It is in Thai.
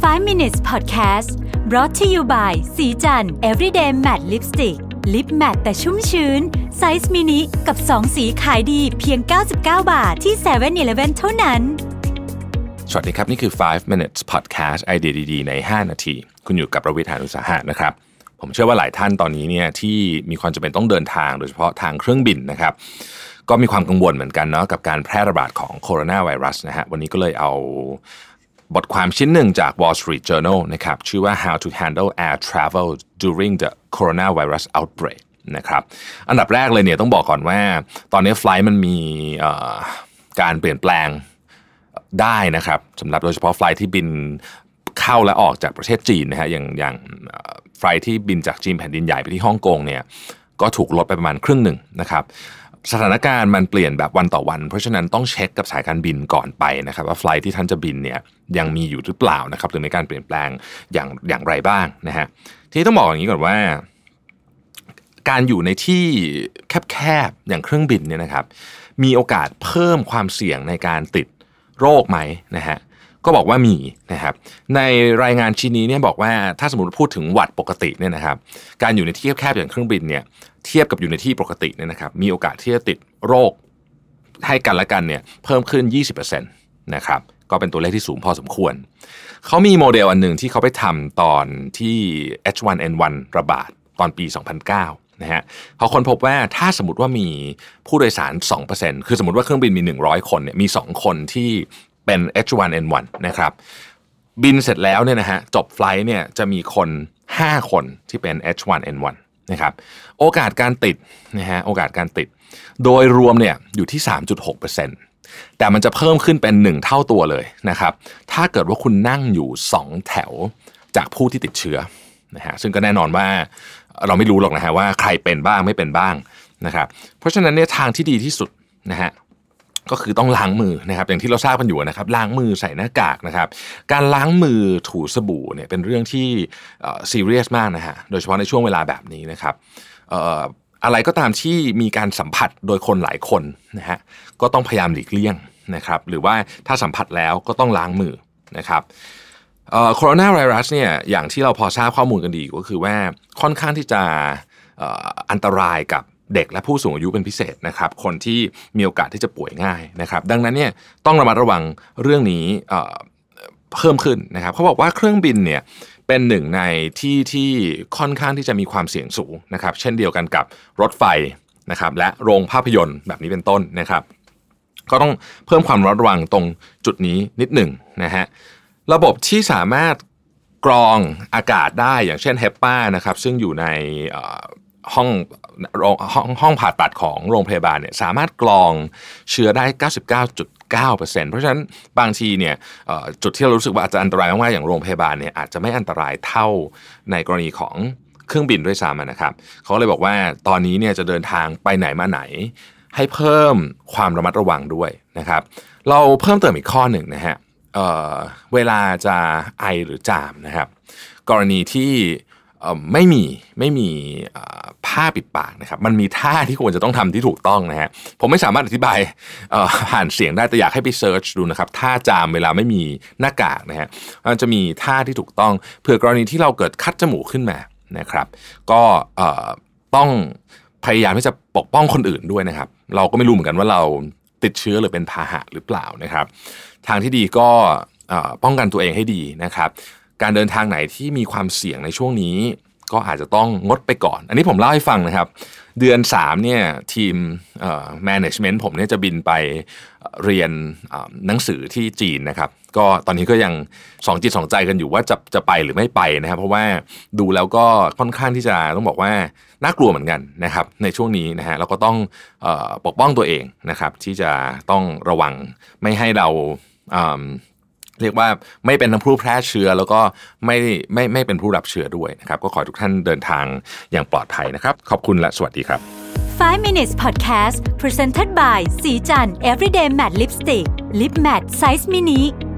5 minutes podcast brought to you by สีจัน everyday matte lipstick lip matte แต่ชุ่มชื้นไซส์มินิกับ2สีขายดีเพียง99 บาทที่ 7-Eleven เท่านั้นสวัสดีครับนี่คือ5 minutes podcast ไอเดียดีๆใน5นาทีคุณอยู่กับประวิทย์ หาญอุตสาหะนะครับผมเชื่อว่าหลายท่านตอนนี้เนี่ยที่มีความจำเป็นต้องเดินทางโดยเฉพาะทางเครื่องบินนะครับก็มีความกังวลเหมือนกันเนาะกับการแพร่ระบาดของโคโรนาไวรัสนะฮะวันนี้ก็เลยเอาบทความชิ้นหนึ่งจาก Wall Street Journal นะครับชื่อว่า How to Handle Air Travel During the Coronavirus Outbreak นะครับอันดับแรกเลยเนี่ยต้องบอกก่อนว่าตอนนี้ไฟลท์มันมีการเปลี่ยนแปลงได้นะครับสำหรับโดยเฉพาะไฟลท์ที่บินเข้าและออกจากประเทศจีนนะฮะอย่างไฟลท์ที่บินจากจีนแผ่นดินใหญ่ไปที่ฮ่องกงเนี่ยก็ถูกลดไปประมาณครึ่งหนึ่งนะครับสถานการณ์มันเปลี่ยนแบบวันต่อวันเพราะฉะนั้นต้องเช็คกับสายการบินก่อนไปนะครับว่าไฟลท์ที่ท่านจะบินเนี่ยยังมีอยู่หรือเปล่านะครับหรือมีการเปลี่ยนแปลงอย่างไรบ้างนะฮะทีนี้ต้องบอกอย่างนี้ก่อนว่าการอยู่ในที่แคบๆอย่างเครื่องบินเนี่ยนะครับมีโอกาสเพิ่มความเสี่ยงในการติดโรคไหมนะฮะก็บอกว่ามีนะครับในรายงานชิ้นนี้เนี่ยบอกว่าถ้าสมมติพูดถึงหวัดปกติเนี่ยนะครับการอยู่ในที่แคบๆอย่างเครื่องบินเนี่ยเทียบกับอยู่ในที่ปกติเนี่ยนะครับมีโอกาสที่จะติดโรคให้กันและกันเนี่ยเพิ่มขึ้น 20% นะครับก็เป็นตัวเลขที่สูงพอสมควรเขามีโมเดลอันหนึ่งที่เขาไปทำตอนที่ H1N1 ระบาดตอนปี 2009นะฮะเขาค้นพบว่าถ้าสมมติว่ามีผู้โดยสาร 2% คือสมมติว่าเครื่องบินมี100คนเนี่ยมี2คนที่เป็น H1N1 นะครับบินเสร็จแล้วเนี่ยนะฮะจบไฟลท์เนี่ยจะมีคน5คนที่เป็น H1N1 นะครับโอกาสการติดนะฮะโอกาสการติดโดยรวมเนี่ยอยู่ที่ 3.6% แต่มันจะเพิ่มขึ้นเป็น1เท่าตัวเลยนะครับถ้าเกิดว่าคุณนั่งอยู่2แถวจากผู้ที่ติดเชื้อนะฮะซึ่งก็แน่นอนว่าเราไม่รู้หรอกนะฮะว่าใครเป็นบ้างไม่เป็นบ้างนะครับเพราะฉะนั้นเนี่ยทางที่ดีที่สุดนะฮะก็คือต้องล้างมือนะครับอย่างที่เราทราบกันอยู่นะครับล้างมือใส่หน้ากากนะครับการล้างมือถูสบู่เนี่ยเป็นเรื่องที่ซีเรียสมากนะฮะโดยเฉพาะในช่วงเวลาแบบนี้นะครับอะไรก็ตามที่มีการสัมผัสโดยคนหลายคนนะฮะก็ต้องพยายามหลีกเลี่ยงนะครับหรือว่าถ้าสัมผัสแล้วก็ต้องล้างมือนะครับโคโรนาไวรัสเนี่ยอย่างที่เราพอทราบข้อมูลกันดีก็คือว่าค่อนข้างที่จะอันตรายกับเด็กและผู้สูงอายุเป็นพิเศษนะครับคนที่มีโอกาสที่จะป่วยง่ายนะครับดังนั้นเนี่ยต้องระมัดระวังเรื่องนี้เพิ่มขึ้นนะครับเขาบอกว่าเครื่องบินเนี่ยเป็นหนึ่งในที่ค่อนข้างที่จะมีความเสี่ยงสูงนะครับเช่นเดียวกันกับรถไฟนะครับและโรงภาพยนตร์แบบนี้เป็นต้นนะครับก็ต้องเพิ่มความระมัดระวังตรงจุดนี้นิดหนึ่งนะฮะระบบที่สามารถกรองอากาศได้อย่างเช่น HEPA นะครับซึ่งอยู่ในห้องผ่าตัดของโรงพยาบาลเนี่ยสามารถกรองเชื้อได้ 99.9% เพราะฉะนั้นบางทีเนี่ยจุดที่เรารู้สึกว่าอาจจะอันตรายมากๆอย่างโรงพยาบาลเนี่ยอาจจะไม่อันตรายเท่าในกรณีของเครื่องบินด้วยซ้ำนะครับเขาเลยบอกว่าตอนนี้เนี่ยจะเดินทางไปไหนมาไหนให้เพิ่มความระมัดระวังด้วยนะครับเราเพิ่มเติมอีกข้อหนึ่งนะฮะเวลาจะไอหรือจามนะครับกรณีที่ไม่มีผ้าปิดปากนะครับมันมีท่าที่ควรจะต้องทำที่ถูกต้องนะฮะผมไม่สามารถอธิบายผ่านเสียงได้แต่อยากให้ไปเซิร์ชดูนะครับท่าจามเวลาไม่มีหน้ากากนะฮะมันจะมีท่าที่ถูกต้องเผื่อกรณีที่เราเกิดคัดจมูกขึ้นมานะครับก็ต้องพยายามที่จะปกป้องคนอื่นด้วยนะครับเราก็ไม่รู้เหมือนกันว่าเราติดเชื้อหรือเป็นพาหะหรือเปล่านะครับทางที่ดีก็ป้องกันตัวเองให้ดีนะครับการเดินทางไหนที่มีความเสี่ยงในช่วงนี้ก็อาจจะต้องงดไปก่อนอันนี้ผมเล่าให้ฟังนะครับเดือน3เนี่ยทีมmanagement ผมเนี่ยจะบินไปเรียนหนังสือที่จีนนะครับก็ตอนนี้ก็ยังสองจิตสองใจกันอยู่ว่าจะไปหรือไม่ไปนะครับเพราะว่าดูแล้วก็ค่อนข้างที่จะต้องบอกว่าน่ากลัวเหมือนกันนะครับในช่วงนี้นะฮะเราก็ต้องปกป้องตัวเองนะครับที่จะต้องระวังไม่ให้เราเรียกว่าไม่เป็นทั้งผู้แพร่เชื้อแล้วก็ไม่เป็นผู้รับเชื้อด้วยนะครับก็ขอทุกท่านเดินทางอย่างปลอดภัยนะครับขอบคุณและสวัสดีครับ 5 minutes podcast presented by สีจัน everyday matte lipstick lip matte size mini